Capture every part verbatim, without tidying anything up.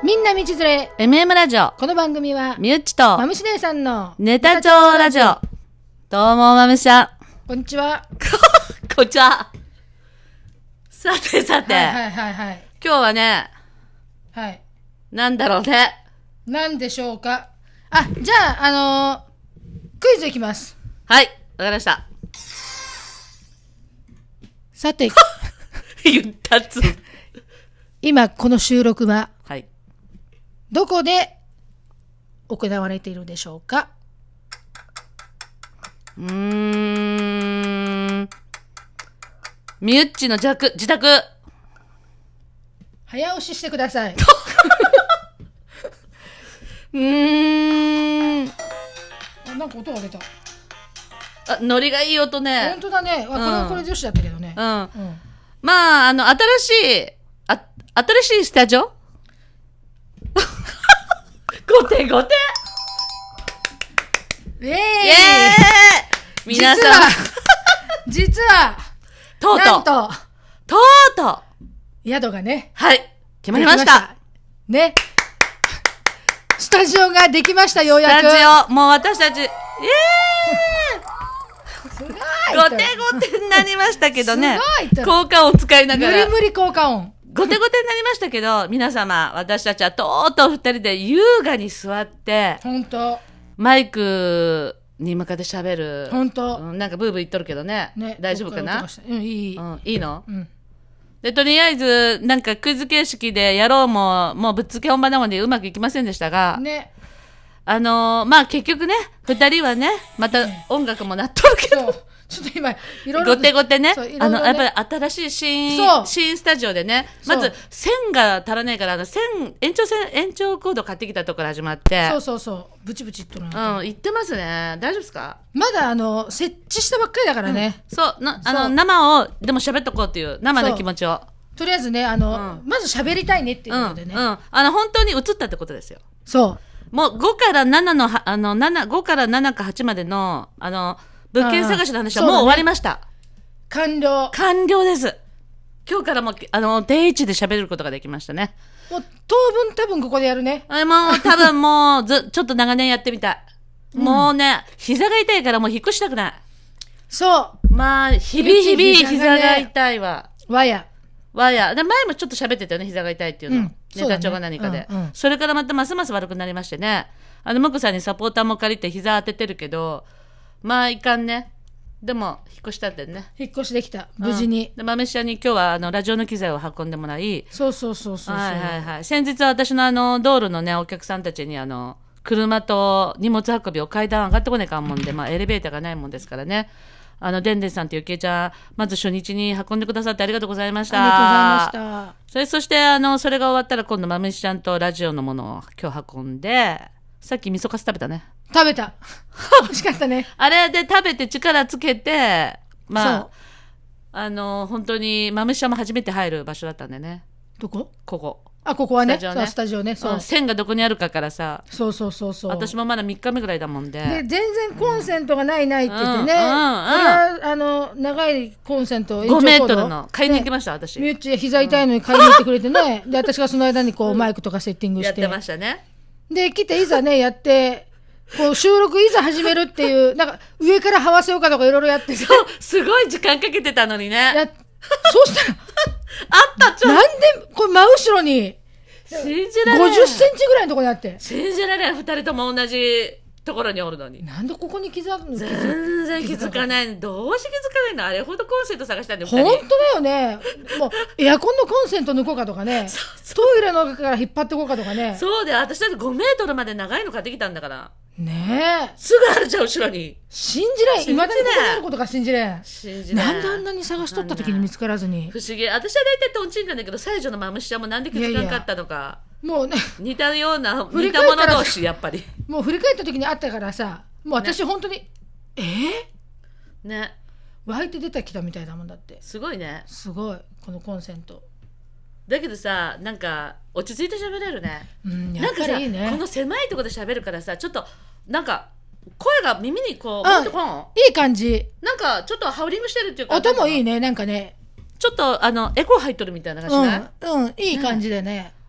みんな道連れエムエム ラジオ。 この番組はみゆっちとまむし姉さんのネタ帳ラジオ。どうもまむしちゃん。 こんにちは。 こんにちは。さてさて、 はいはいはいはい今日はね、 はい。 なんだろうね。 なんでしょうか。あ、じゃああのー、クイズいきます。 はい、わかりました。 さて言ったつ。 今この収録ははい。 どこで行われているでしょうか。 うーん。みゆっちの自宅、自宅。 早押ししてください。 うーん。 あ、なんか音が出た。 あ、ノリがいい音ね。 本当だね。あ、これはこれ女子だったけどね。 うん。 うん。 まあ、あの、新しい、あ、新しいスタジオごてごてえー、 イエーイ皆さん、 実は、 とうとう、 なんと、 とうとう、 宿がね、 はい、決まりました。 できました。ね。スタジオができました、ようやく。 スタジオ、もう私たち、イエすごいーイごてごてになりましたけどね、 すごい効果音使いながら、 無理無理効果音。 ごてごてになりましたけど、皆様、私たちはとうとう二人で優雅に座って、 ほんと。 マイクに向かって喋る。 ほんと。 うん、なんかブーブー言っとるけどね。 ね、 大丈夫かな？ どっら音がしたうん、いい。 うん、いいの？ うん。 で、とりあえず、なんかクイズ形式でやろうも、もうぶっつけ本番なのでうまくいきませんでしたが、 ね。 あのー、まあ結局ね、二人はね、また音楽もなっとるけど、 そう。ちょっと今、いろいろ。 ごてごてね、 そういろいろねあの、やっぱり新しい新、 そう新スタジオでね、 そうまず線が足らないから、あの線、延長線、延長コード買ってきたところから始まって、 そうそうそう。ブチブチっとるうん、 な。 言ってますね。大丈夫ですか？ まだ、あの、設置したばっかりだからね。 そう、なあの、 そう生を、でも喋っとこうっていう、生の気持ちを。 とりあえずね、あの、まず喋りたいねっていううん、 ことでね。 うん。あの、本当に映ったってことですよ。 そう。 もうごからななのは、あの、7、ごからななかはちまでの、あの、物件探しの話はもう終わりました。 完了。 完了です。今日からもう、あの、定位置で喋ることができましたね。 もう、当分多分ここでやるね。 あもう、多分もう、ず、ちょっと長年やってみたい。もうね、膝が痛いからもう引っ越したくない。 そまあ、日々日々膝が痛いわ。 う。わや。 わや。で、前もちょっと喋ってたよね、膝が痛いっていうの。 うんネタ帳が何かで、 そうだねうんうんそれからまたますます悪くなりましてね。あの、ムクさんにサポーターも借りて膝当ててるけど、まあ、いかんね。でも、引っ越したんでね。 引っ越しできた。無事に。 うんで、豆下に今日はあのラジオの機材を運んでもらい、 そうそうそうそうそう。 はいはいはい。先日は私のあの、道路のね、お客さんたちにあの、車と荷物運びを階段上がってこねえかんもんで、まあ、エレベーターがないもんですからね。あの、でんでんさんとゆきえちゃん、まず初日に運んでくださってありがとうございました。 ありがとうございました。 それ、そして、あの、それが終わったら今度、まむしちゃんとラジオのものを今日運んで、さっき味噌カツ食べたね。 食べた。美味しかったね。 あれで食べて力つけて、まそあ、あの、本当に、まむしちゃんも初めて入る場所だったんでね。 どこ？ ここ。 あ、ここはね。 スタジオねそう、スタジオね。そううん線がどこにあるかからさ、 そうそうそうそう。 私もまだみっかめぐらいだもんで。 で、全然コンセントがないないって言ってね。これうんうんうんは、あの、長いコンセント、延長コごードメートルの。買いに行きねました、私。 みゆっち膝痛いのに買いに行ってくれてね。で、私がその間にこう、マイクとかセッティングし。 やっててましたね。 で、来ていざね、やって、こう、収録いざ始めるっていう、なんか、上から這わせようかとかいろいろやってさ。 すごい時間かけてたのにね。 や、そうしたら、 あった、ちょっなんで、これ真後ろに、 と。信じられない。 ごじゅっセンチぐらいのところにあって。 信じられない。二人とも同じところにおるのに。 なんでここに気づくの？ 全然気づかない。どうして気づかないの？あれほどコンセント探したんで、二本人。 当だよね。もうエアコンのコンセント抜こうかとかね、トイレの中から引っ張ってこうかとかね。 そうで、私だってごメートルまで長いの買ってきたんだから。 ねえ。 すぐあるじゃん、後ろに。 信じれん。 信じれんいまだにここにあることが信じれん。 信じない。 なんであんなに探しとった時に見つからずに。 不思議。私は大体トンチンなんだけど、西条のマムシちゃんもなんで気づかなかったのか。 もうね、 似たような、 振り似た返ったら者同士、やっぱり。 もう振り返った時にあったからさ、もう私本当に、えー、 ね。 湧いて出てきたみたいだもんだって。 すごいね。 すごい、このコンセント。 だけどさ、なんか、落ち着いて喋れるね。 うん、やっなんかさ、 ぱりいいね。 この狭いところで喋るからさ、ちょっと、なんか、声が耳にこう、 うん持ってこん。 いい感じ。 なんか、ちょっとハウリングしてるっていうか。 音もいいね。 ね、なんかね。 ちょっと、あの、エコー入っとるみたいな感じね。 うん、うん、いい感じでね。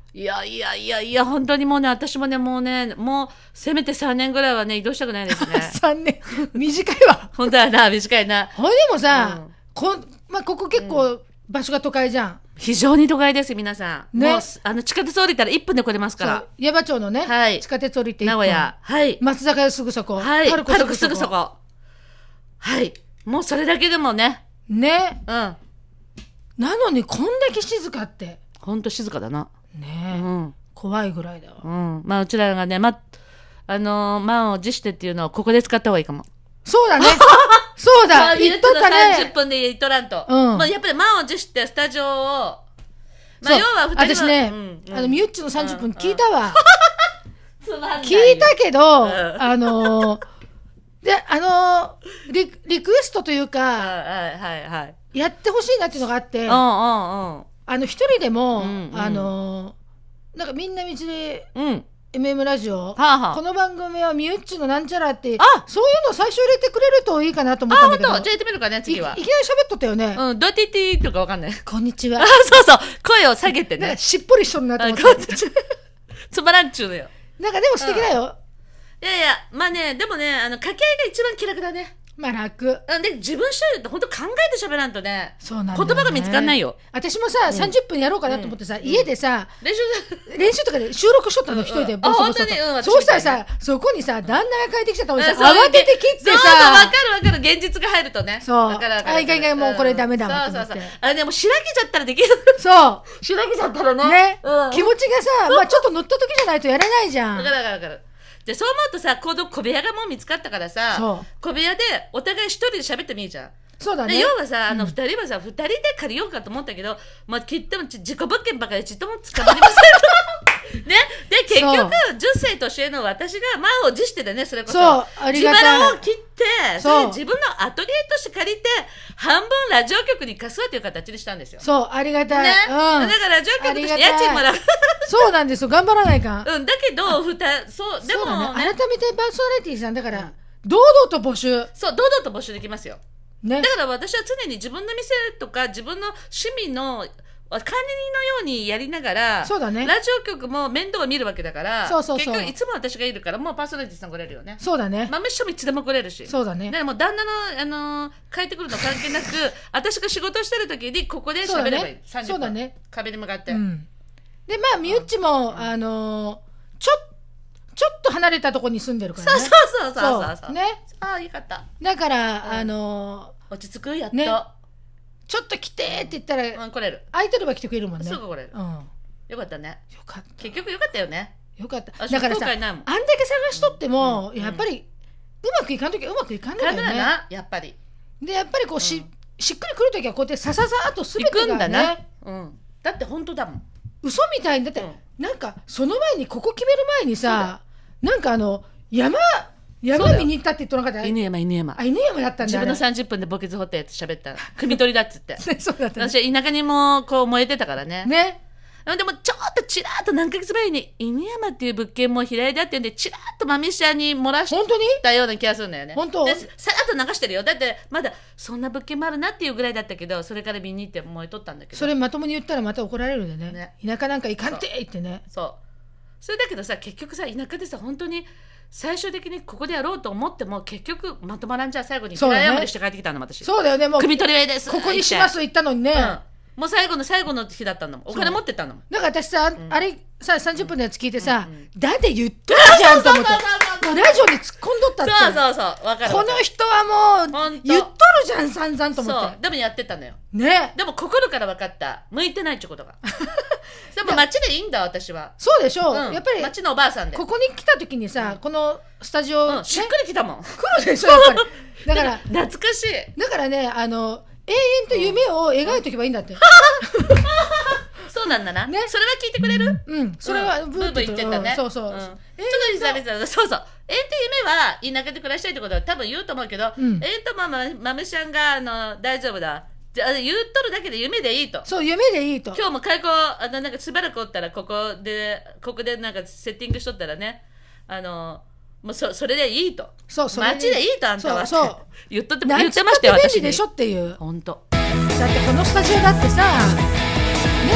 いやいやいやいや、本当にもうね、私もね、もうね、もうせめてさんねんぐらいはね、移動したくないですね。 さんねん短いわ。 本当はな、短いな。 ほいでもさ、 うんこまあ、ここ結構場所が都会じゃん。 非常に都会です、皆さん。 ねもうあの地下鉄降りたらいっぷんで来れますかそうら。 矢場町のね、 はい地下鉄降りていっぷん名古屋。はい。 松坂屋すぐそこ、 はい。 パルコパルコすぐそこ。はい。もうそれだけでもね。 ね。 うん。 なのにこんだけ静かってほんと静かだな。 ねえ、 うん。 怖いぐらいだわ。 うん。まあ、うちらがね、ま、あのー、満を持してっていうのをここで使った方がいいかも。 そうだね。そうだ、言っとったさんじゅっね。 ぷんで言っとらんと。 うんまあ、やっぱり満を持してスタジオを、まあ、 そう要は二人は私ね、 うんうんあのミュッチのさんじゅっぷん聞いたわ。 つまんない聞いたけど、 んあのーで、あのーリ、リクエストというはいか、 はいはいはい。 やってほしいなっていうのがあって、 うんうんうん。 あの、一人でも、 うんうんあのーなんかみんな道で、 うん。 エムエム ラジオ、 はあはあこの番組はミュッチのなんちゃらって、 あそういうの最初入れてくれるといいかなと思っあ、 たんだけど、 ほんとじゃあやってみるかね、 いいき次は。 なり喋っとったよね。 うん、どうやって言っていいのかわかんない。 こんにちはあ、。そうそう。声を下げてねなんか。しっぽりしとるなとあ思って。 こんにちはつまらんちゅうのよ。 なんかでも素敵だよ。 いやいや、まあね、でもね、あの、掛け合いが一番気楽だね。 まあ楽。 うんで、自分一人で本当考えて喋らんとね、 そうなんだよね言葉が見つかんないよ。 私もさ、さんじゅっぷんやろうかなと思ってさ、家でさ、 練習練習とかで収録しとったの、一人でうんボソボソとあ本当にうん私そうしたらみたいさ、そこにさ、旦那が帰ってきちゃったのにさ、 うんそういう慌てて切ってそうそう、わさか、るわかる。現実が入るとね。 そうわかるわかる。 あいかんいかんもうこれダメだわうんと思ってそうそうそう。あ、でも、しらけちゃったらできる。 そしらけちゃったらう。 ね。 ねうん。 気持ちがさ、まあちょっと乗った時じゃないとやれないじゃんわか。るわかるわかる。で、そう思うとさ、この小部屋がもう見つかったからさそ、 小部屋でお互い一人で喋ってもいいじゃん。でそうだね。 要はさ、あの二人はさ、二人で借りようかと思ったけど、まあ、きっともち自己物件ばかりちっとも捕まりませんと。ね、で結そう局じゅっさい年上の私が満を持してでね、それこそそうあり自がたい腹を切ってそそうれで自分のアトリエとして借りて半分ラジオ局に貸すわという形にしたんですよ。 そう、ありがたい。 ね、 うん。 だからラジオ局として家賃もらう。 そうなんですよ。頑張らないかん。 うん、だけどふたそうでもそうだね。 ね、 改めてパーソナリティさんだから、堂々と募集。 そう堂々と募集できますよ。 ねだ。から私は常に自分の店とか自分の趣味の管理人のようにやりながら、 そうだねラジオ局も面倒を見るわけだからそうそうそう結局いつも私がいるからもうパーソナリティさん来れるよね。 そうだね。 豆師匠もいつでも来れるし。 そうだねだからもう旦那の、あのー帰ってくるの関係なく私が仕事してる時にここで喋ればいい、 そうだねさんじゅっぷんそうだね壁に向かって、 うん。で、まあ、みゆっちも、あのーちょ、ちょっと離れたところに住んでるからね。 そうそうそうそうそうそうね。 ああよかった。 だから、 うんあの落ち着くやっと、 ねーちょっと来てって言ったら、 うん、来れる、 空いてれば来てくれるもんね。 すぐ来れる、 うん。よよかったね。 かった。 結局よかったよね。 よかった。 私だからさ、あんだ後悔ないもんけ探しとっても、 うんやっぱり、うまくいかんときはうまくいかんのだ体だよね。 なやっぱりで、やっぱりこう、し、しっくりくるときはこうやってさささっとすべ行てがくんだな、 ね、 うん、だって本当だもん。 嘘みたいに、だって、 うんなんか、その前に、ここ決める前にさ、なんかあの、山、 そうだよ山見に行ったって言っとなかった犬山犬山あ、犬山だったんだ。 自分のあさんじゅっぷんで墓穴掘ったやつ喋った汲み取りだっつってれそうだったね。 私は田舎にもこう燃えてたからねね。 でもちょっとちらっと何ヶ月前に犬山っていう物件も平井だってんでちらっとマミシャに漏らし本当にたような気がするんだよね。 本当でさらっと流してるよ。だってまだそんな物件もあるなっていうぐらいだったけどそれから見に行って燃えとったんだけどそれまともに言ったらまた怒られるんでね。 ね田舎なんか行かんて言ってね。 そうそれだけどさ結局さ田舎でさ本当に最終的にここでやろうと思っても結局まとまらんじゃん最後にそうだね平山でして帰ってきたの私。 そうだよね、もう。 汲み取り上ですここにします言ったのにね。 うんもう最後の最後の日だったんだもん。お金持ってったんだもん。 だから私さ、あれさ、さんじゅっぷんのやつ聞いてさ、 うんうんだって言っとるじゃんと思って。 そうそうそうそうもうラジオに突っ込んどったって。 そうそうそうわかるこわかるの人はもほとうん言っとるじゃん、散々と思って。 そうでもやってたのよ。 ね。 でも心から分かった向いてないってことがでも街でいいんだ私は、 そうでしょう。 うん、 やっぱり、 街のおばあさんで、 ここに来た時にさ、このスタジオ、ねうん、しっくりきたもん来るでしょ、やっぱり。だから、 懐かしい。 だからね、あの、永遠と夢を描いとけばいいんだって。 そうなんだな、 ねそれは聞いてくれる、 うん、それはうんブーブー言ってたね、 うんそうそう。 んちょっとえ久々だそうそうえんと夢は田舎で暮らしたいってことは多分言うと思うけど、 うんえんとマママムシャンがあの大丈夫だじゃあ言っとるだけで夢でいいと。 そう、夢でいいと。 今日も開口あのなんかしばらくおったらここでここでなんかセッティングしとったらねあのもうそそれでいいと。 そうそれ街でいいとあんたはそうそう言っとって何言ってましたよ私につったって便利でしょっていう。 本当だってこのスタジオだってさ、ね、ち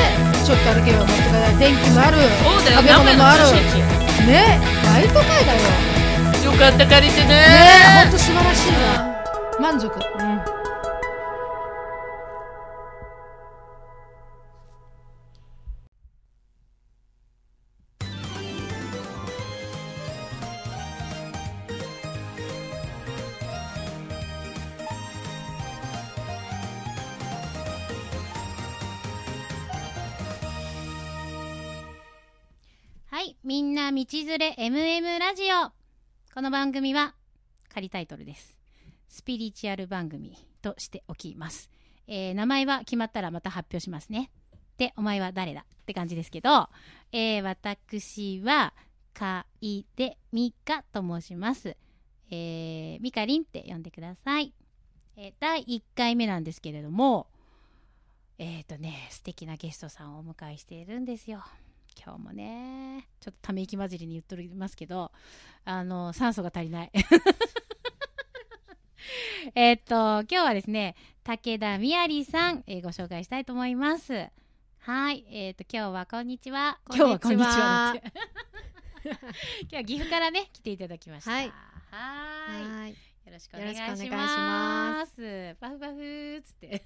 ちょっと歩けば持って帰れる、電気もある、 そうだよ、 食べ物もある名古屋の中心ね、大都会だよ地よかった、借りてね。 ねえ、ほんと素晴らしいわ、満足。 うんはい、みんな道連れ エムエム ラジオ。この番組は仮タイトルです。スピリチュアル番組としておきます。えー、名前は決まったらまた発表しますね。で、お前は誰だって感じですけど、えー、私はかいでみかと申します。えー、みかりんって呼んでください。えー、だいいっかいめなんですけれども、えーとね、素敵なゲストさんをお迎えしているんですよ。今日もね、ちょっとため息混じりに言っておりますけど、あの酸素が足りないえっと今日はですね、武田みやりさん、えー、ご紹介したいと思います。はい、えっと今日はこんにちは。 今日はこんにちは今日は岐阜からね来ていただきました。 はいはーいはい、 よろしくお願いしよろしくお願いしま。 ますバフバフーっつって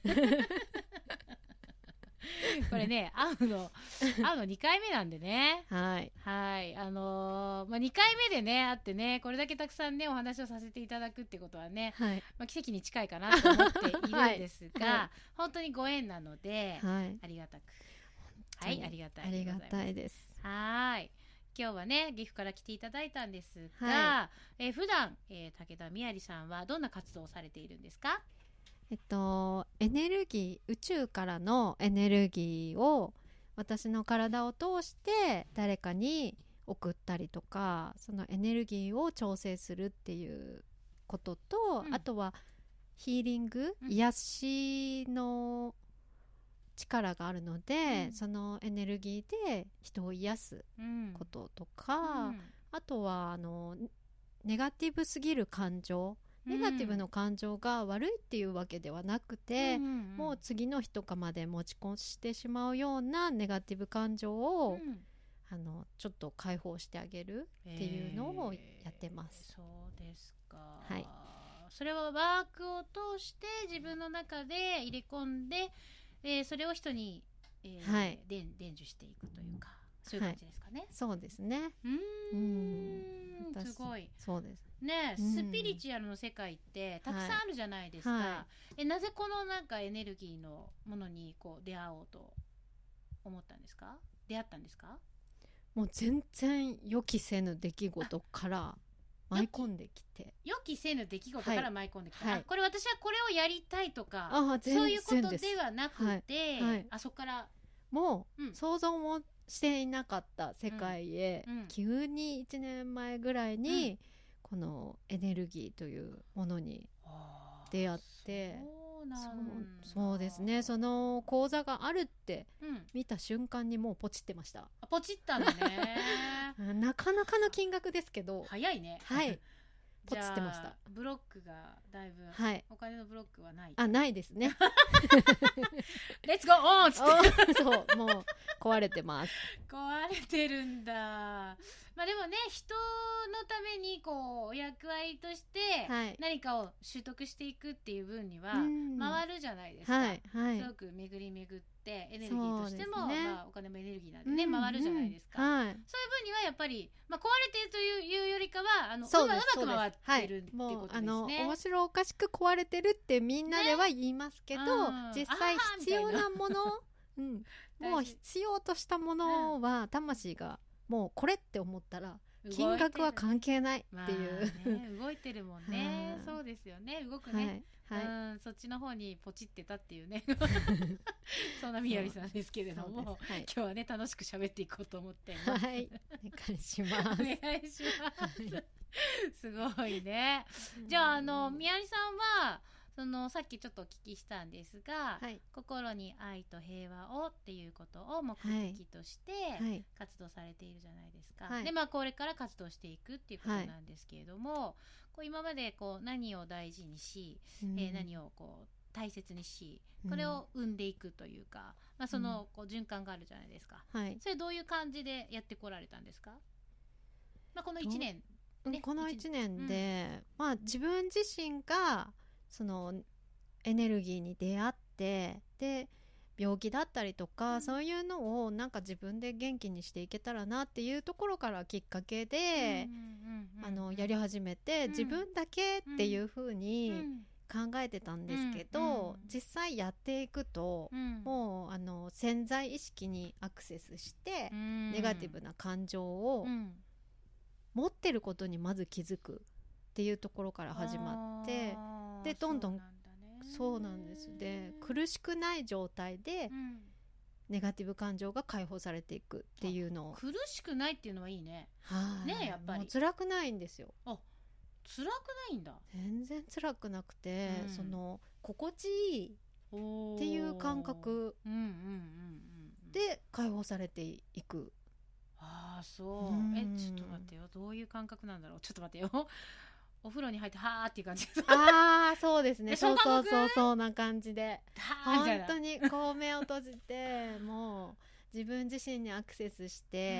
これね、会うの会うのにかいめなんでね。 はい、 はいあのーまあ、にかいめでね会ってね、これだけたくさんねお話をさせていただくってことはね、 はい、 まあ、奇跡に近いかなと思っているんですが、 はいはい本当にご縁なので、 はい、 ありがたく、はいありがたいありがでございます。 たいです。 はい今日はね岐阜から来ていただいたんですが、 はえー普段、えー武田みやりさんはどんな活動をされているんですか？ えっとエネルギー、宇宙からのエネルギーを私の体を通して誰かに送ったりとか、そのエネルギーを調整するっていうことと、 うんあとはヒーリング、 うん癒しの力があるので、 うんそのエネルギーで人を癒すうんこととか、 うんあとはあのネガティブすぎる感情、ネガティブの感情が悪いっていうわけではなくて、 うんうんもう次の日とかまで持ち越してしまうようなネガティブ感情を、 うんあのちょっと解放してあげるっていうのをやってます。 えーそうですか、 はいそれはワークを通して自分の中で入れ込んで、えーそれを人に、えーはい伝伝授していくというか、そういう感じですかね。 そうですね。 うーんうん私すごいそうです。 ね、 うんスピリチュアルの世界ってたくさんあるじゃないですか、 はえなぜこのなんかエネルギーのものにこう出会おうと思ったんですか？出会ったんですか？ もう全然予期せぬ出来事から舞い込んできて、 予期せぬ出来事から舞い込んできた、 はいあこれ私はこれをやりたいとかあ全そういうこと然です。 ではなくて、 はいはいあそこから、 もうんう想像もしていなかった世界へ、 うんうん急にいちねんまえぐらいに、このエネルギーというものに出会って、 そうなんだそうそうですね、その講座があるってうん、 見た瞬間にもうポチってました。 あポチったのねなかなかの金額ですけど、 早いねはいじゃあポチってました。 ブロックがだいぶ、 はい、 お金のブロックはない。 あないですねレッツゴーオンっつってそうもう壊れてます。 壊れてるんだ。まあでもね、人のためにこう役割としてはい何かを習得していくっていう分にはうん回るじゃないですか、 はいはいすごく巡り巡ってエネルギーとしても、 そうですねまあ、お金もエネルギーなんでね、 うん回るじゃないですか、 はい、 そういう分にはやっぱり、まあ、壊れてるというよりかはあのうそうまうですまく回ってるってそうです、はい、もういうことですあのね。 面白おかしく壊れてるってみんなでは言いますけど、 ねうん実際あー必要なもの、うん、もう大事必要としたものは魂がもうこれって思ったら動いてる金額は関係ないっていう、 まあね、動いてるもんねはいそうですよね、動くはいね、 はい、 うん、そっちの方にポチってたっていうねそんなみやりさんですけれども、 そうですはい今日はね楽しく喋っていこうと思っています、 はい、お願いしおます。 願いしますすごいね。じゃああのみやりさんはそのさっきちょっとお聞きしたんですが、 はい心に愛と平和をっていうことを目的としてはい活動されているじゃないですか、 はいでまあこれから活動していくっていうことなんですけれども、こう今までこう何を大事にし、 うんえー何をこう大切にし、これを生んでいくというか、まあ、そのこう循環があるじゃないですか、 はい、 それどういう感じでやってこられたんですか？まあ、このいちねん、ね、 このいちねんで、うん、まあ、自分自身がそのエネルギーに出会って、で病気だったりとか、うん、そういうのをなんか自分で元気にしていけたらなっていうところからきっかけで、あのやり始めて、うん、自分だけっていう風に考えてたんですけど、うんうん、実際やっていくと、うん、もうあの潜在意識にアクセスして、うん、ネガティブな感情を持ってることにまず気づくっていうところから始まって、でどんどんそうなんです。で苦しくない状態で、うん、ネガティブ感情が解放されていくっていうのを。 苦しくないっていうのはいいね。 はいね、やっぱりもう辛くないんですよ。 あ、辛くないんだ。 全然辛くなくて、うん、その心地いいっていう感覚で解放されていく。 ああ、そう、うん、えちょっと待ってよ、どういう感覚なんだろう。ちょっと待ってよお風呂に入ってはーっていう感じ。 ああ、そうですね。そうそうそう、そんな感じで本当にこう目を閉じてもう自分自身にアクセスして、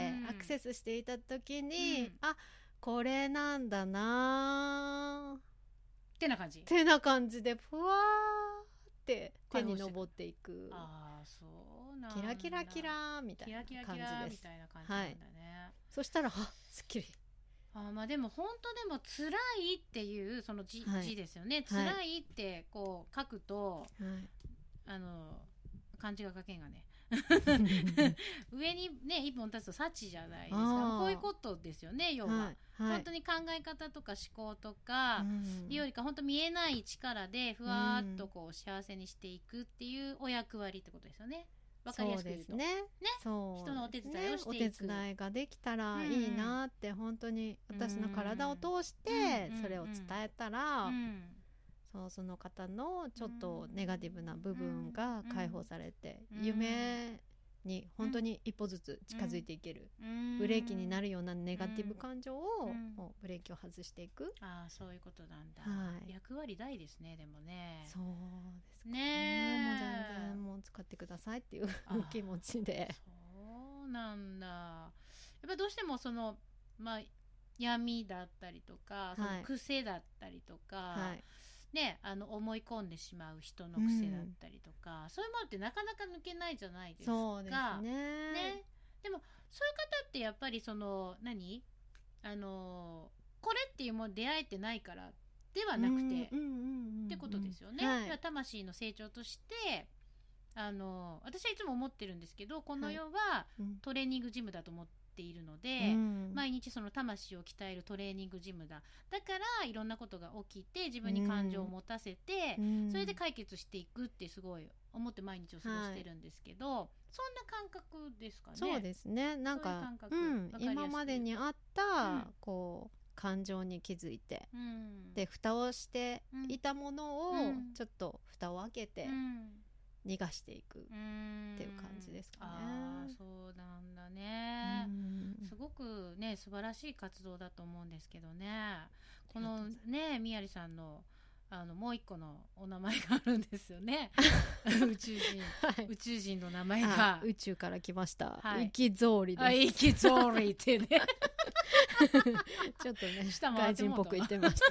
うん、アクセスしていた時に、うん、あ、これなんだなーってな感じってな感じでふわーって手に昇っていく。 ああ、そうなんだ。 キラキラキラーみたいな感じです。 キラキラキラみたいな感じなんだね、はい、 そしたらあ、すっきり。 あ、まあでも本当でも辛いっていうその 字,、はい、字ですよね。辛いってこう書くと、はい、あの漢字が書けんがね上にね一本立つと幸じゃないですか。こういうことですよね、要は、はいはい、本当に考え方とか思考とか、うん、よりか本当見えない力でふわーっとこう幸せにしていくっていうお役割ってことですよね。わかりやすく言うとそうですね。 ね、そう人のお手伝いをしていく、 ね、お手伝いができたらいいなって、うん、本当に私の体を通してそれを伝えたら、うん、そうその方のちょっとネガティブな部分が解放されて、うん、夢に本当に一歩ずつ近づいていける、うん、ブレーキになるようなネガティブ感情を、うん、もうブレーキを外していく。 ああ、そういうことなんだ、 はい、 役割大ですね。でもね、 そうですかね、 もう全然もう使ってくださいっていう気持ちで。 そうなんだ。やっぱどうしてもその、まあ、闇だったりとか、その癖だったりとか、はいね、あの思い込んでしまう人の癖だったりとか、うん、そういうものってなかなか抜けないじゃないですか。 そうですね。 ね、でもそういう方ってやっぱりその何あのこれっていうもの出会えてないからではなくて、うんうんうんうん、ってことですよね、はい、魂の成長としてあの私はいつも思ってるんですけど、この世はトレーニングジムだと思ってているので、うん、毎日その魂を鍛えるトレーニングジムだ。だからいろんなことが起きて自分に感情を持たせて、うん、それで解決していくってすごい思って毎日を過ごしてるんですけど、はい、そんな感覚ですかね。 そうですね。なんかうう、うん、今までにあった、うん、こう感情に気づいて、うん、で蓋をしていたものを、うん、ちょっと蓋を開けて、うん逃がしていくっていう感じですかね。 あ、そうなんだね。すごくね素晴らしい活動だと思うんですけどね。このねみやりさんのあのもう一個のお名前があるんですよね。宇宙人、はい、宇宙人の名前が宇宙から来ました。はい、イキゾーリです。 イキゾーリってね。 ちょっとね外人っぽく言ってました。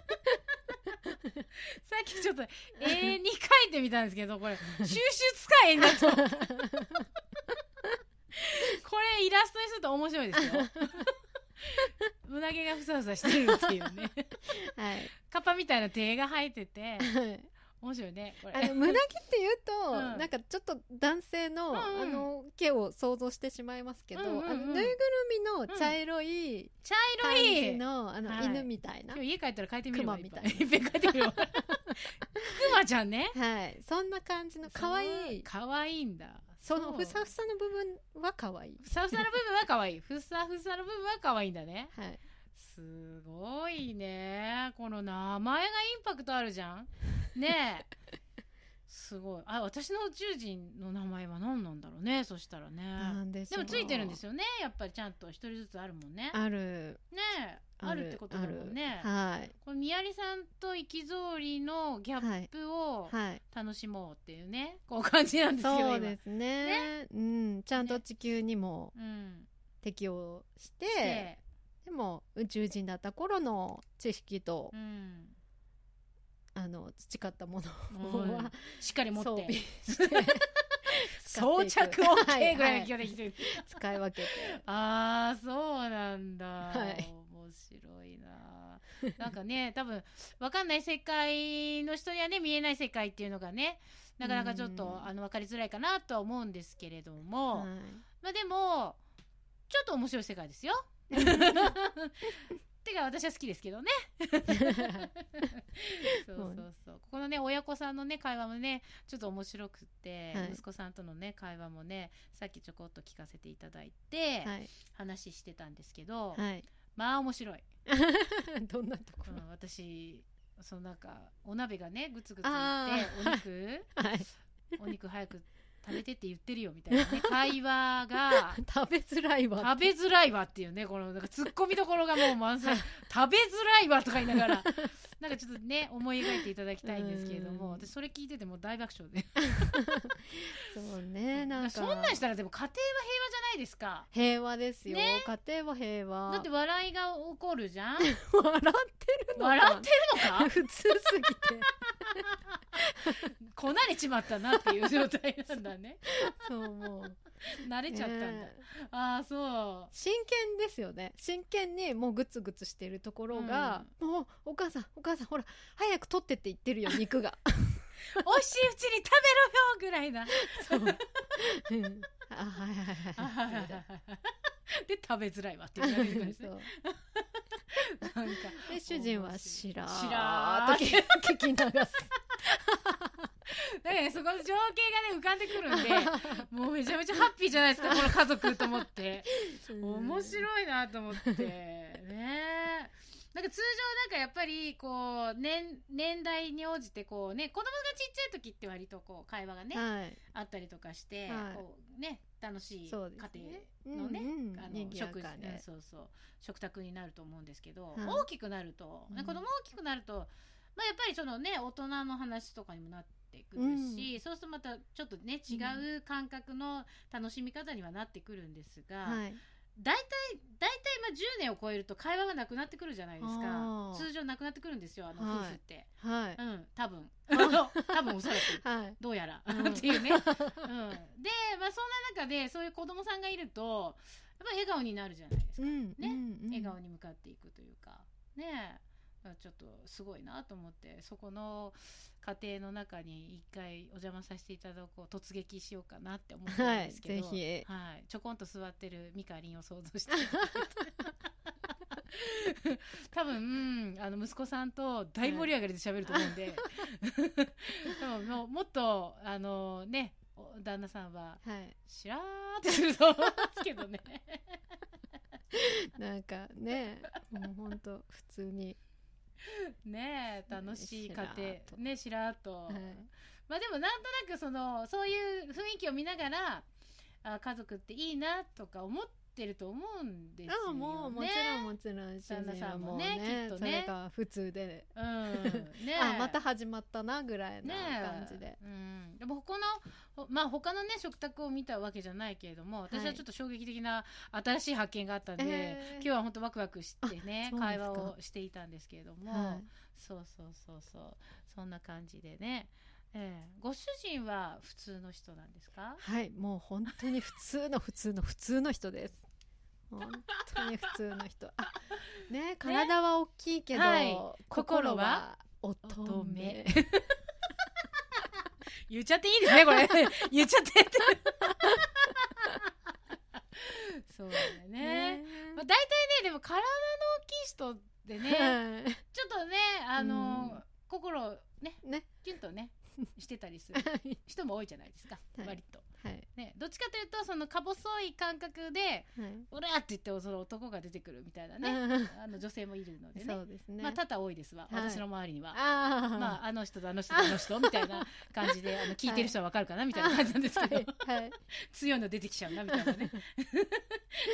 さっきちょっと永遠に書いてみたんですけど、これ収集使えんだとこれイラストにすると面白いですよ。胸毛がふさふさしてるっていうね、はい、カッパみたいな手が生えてて、はい、面白いねこれ。 あの胸毛っていうと、うん、なんかちょっと男性の、うんうん、あの毛を想像してしまいますけど、うんうんうん、あのぬいぐるみの茶色い、うん、 茶色い感じの、あの、はい、犬みたいな。 今日家帰ったら描いてみるわ。 クマみたいな。 いっぺん描いてみるわ。クマちゃんね。 はい。そんな感じの可愛い。 可愛いんだ。 そのふさふさの部分は可愛い。 ふさふさの部分は可愛い。ふさふさの部分は可愛いんだね。 はい。 すごいね。この名前がインパクトあるじゃん。ねえ。すごい。あ、私の宇宙人の名前は何なんだろうね。そしたらね。 なんでしょう。 でもついてるんですよね。やっぱりちゃんと一人ずつあるもんね。 ある。 ねえ。 あるってことだもんね。 はいこれみやりさんと生きぞりのギャップをはい楽しもうっていうね、こう感じなんですけど、 そうですねうん、ちゃんと地球にも今うん適応して、 で、 でも宇宙人だった頃の知識と、 うんあの培ったものうんはしっかり持装備ってして装着 OK ぐらいの気ができてる、 使い分けてああそうなんだ、 はい面白いな。なんかね多分分かんない世界の人にはね見えない世界っていうのがねなかなかちょっとうんあの分かりづらいかなとは思うんですけれども、 はいまあでもちょっと面白い世界ですよてか私は好きですけどねそうそうそう、ここのね親子さんのね会話もねちょっと面白くって、 はい息子さんとのね会話もねさっきちょこっと聞かせていただいて、 はい話してたんですけど、 はいまあ面白い、 どんなところ、 うん、私そのなんかお鍋がねグツグツいってあお肉はい、 お肉早く食べてって言ってるよみたいなね会話が食べづらいわ食べづらいわっていうねこのなんかツッコミどころがもう満載食べづらいわとか言いながらなんかちょっとね思い描いていただきたいんですけれども、 うん私それ聞いててもう大爆笑でそうね、なんかそんなんしたらでも家庭は平和じゃないですか。 平和ですよ、 ね家庭は平和だって笑いが起こるじゃん笑ってるのか笑ってるのか普通すぎてこなれちまったなっていう状態なんだねそうもう慣れちゃったんだ、 ねああそう真剣ですよね。真剣にもうグツグツしてるところが、もうお母さんお母さんほら早く取ってって言ってるよ肉が美味しいうちに食べろよぐらいなそう、うんあはいはいはいあははははいで食べづらいわって言われるんですねそうなんかで主人はしらしーらーっと聞き流すだからねそこの情景がね浮かんでくるんでもうめちゃめちゃハッピーじゃないですかこの家族と思って面白いなと思ってね。なんか通常なんかやっぱりこう 年, 年代に応じてこうね子供がちっちゃい時って割とこう会話がね、 はいあったりとかして、 はいこうね楽しいそうです家ね庭のね、 うんうんあの賑や食事かでそうそう食卓になると思うんですけど、 はい大きくなると、ねうん子供大きくなると、まあ、やっぱりそのね大人の話とかにもなってくるし、そうするとまたちょっとね違う感覚の楽しみ方にはなってくるんですが、 はい大体大体まあじゅうねんを超えると会話がなくなってくるじゃないですか。 あー通常なくなってくるんですよあのはい夫婦って、 はいうん多分多分おそらくはいどうやら、 うんっていうね、うん、で、まあ、そんな中でそういう子供さんがいるとやっぱり笑顔になるじゃないですか、 うんねうんうん笑顔に向かっていくというかねえちょっとすごいなと思ってそこの家庭の中に一回お邪魔させていただこう突撃しようかなって思ってるんですけど、 はいぜひはい、ちょこんと座ってるミカリンを想像していただいて多分、うん、あの息子さんと大盛り上がりで喋ると思うんで、多分もうもっとあのねお旦那さんははいしらーってすると思うんですけどねなんかねもうほんと普通にねえ楽しい家しらーっと庭ねしらーっと、 はいまあでもなんとなくそのそういう雰囲気を見ながらあ家族っていいなとか思ってると思うんですよね。 ああもうもちろんもちろん主旦那さ人はもうんもねねきっとねそれが普通で、 うんねあまた始まったなぐらいなね感じで、 うん、でも他のまあ他のね食卓を見たわけじゃないけれども私はちょっと衝撃的な新しい発見があったんで、 えー今日は本当ワクワクしてねあそうですか会話をしていたんですけれども、 はいそうそうそうそうそんな感じでね、えーご主人は普通の人なんですか？ はいもう本当に普通の普通の普通の人です本当に普通の人あね体は大きいけど、 はい心は乙乙女女言っちゃっていいですねこれ言っちゃってってそうだよね、 ねまあ、大体ねでも体の大きい人でねはちょっとねあの、 うん心ねいねキュンとねしてたりするはい人も多いじゃないですか、 はい割とはいねどっちかというとそのか細い感覚ではい 「オラ!」って言ってその男が出てくるみたいなねあの女性もいるのでねそうですねまあ多々多いですわ、 はい私の周りには。 あーまあ、あの人とあの人とあの人みたいな感じであの聞いてる人はわかるかなみたいな感じなんですけど、 はいはい強いの出てきちゃうなみたいなね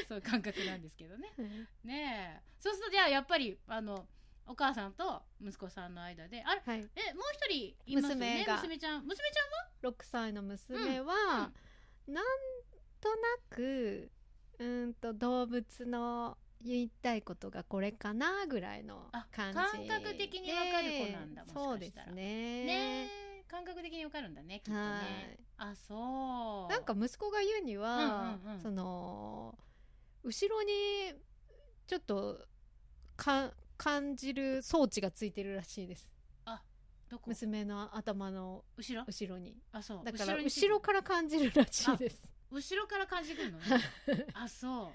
そういう感覚なんですけどね。ねえ、そうするとじゃあやっぱりあのお母さんと息子さんの間であれ、 はい、 えもう一人いますよね、 娘が娘ちゃん娘ちゃんはろくさいの娘は、なんとなくうーんと動物の言いたいことがこれかなぐらいの感じで、 感覚的に分かる子なんだ、もしかしたら。 そうですね。 ねえ、感覚的に分かるんだね、きっとね。 はい、 あ、そう。 なんか息子が言うには、 うんうんうん、 その後ろにちょっとか感じる装置がついてるらしいです。 あ、どこ？ 娘の頭の後ろ？ 後ろに。 あ、そう。 だから後ろに後ろから感じるらしいです。 後ろから感じてくるのね。あ、そう。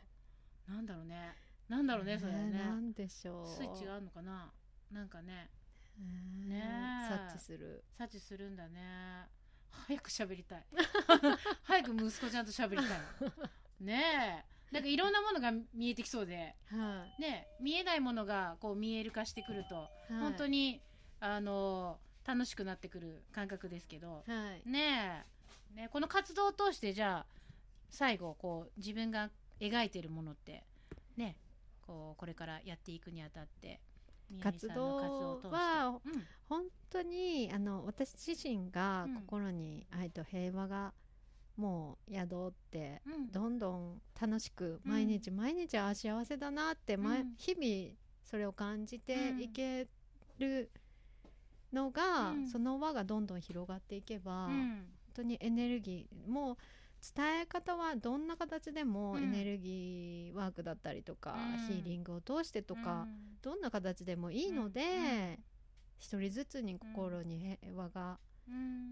なんだろうね。なんだろうね、それね。 なんでしょう。 スイッチがあるのかな。なんかね。 ねえ、察知する。 察知するんだね。早く喋りたい。早く息子ちゃんと喋りたい。ねえ。なんかいろんなものが見えてきそうで、 はい、ね、見えないものがこう見える化してくると、はい、本当にあの楽しくなってくる感覚ですけど、 はい、 ねえ、ね、この活動を通してじゃあ最後こう自分が描いているものってね、こうこれからやっていくにあたって活動は、うん、本当にあの私自身が心に愛と平和がもう宿って、うん、どんどん楽しく毎日毎日あ幸せだなって、うん、日々それを感じていけるのが、うん、その輪がどんどん広がっていけば、うん、本当にエネルギーも伝え方はどんな形でもエネルギーワークだったりとか、うん、ヒーリングを通してとか、うん、どんな形でもいいので、うん、一人ずつに心に平和が、うん、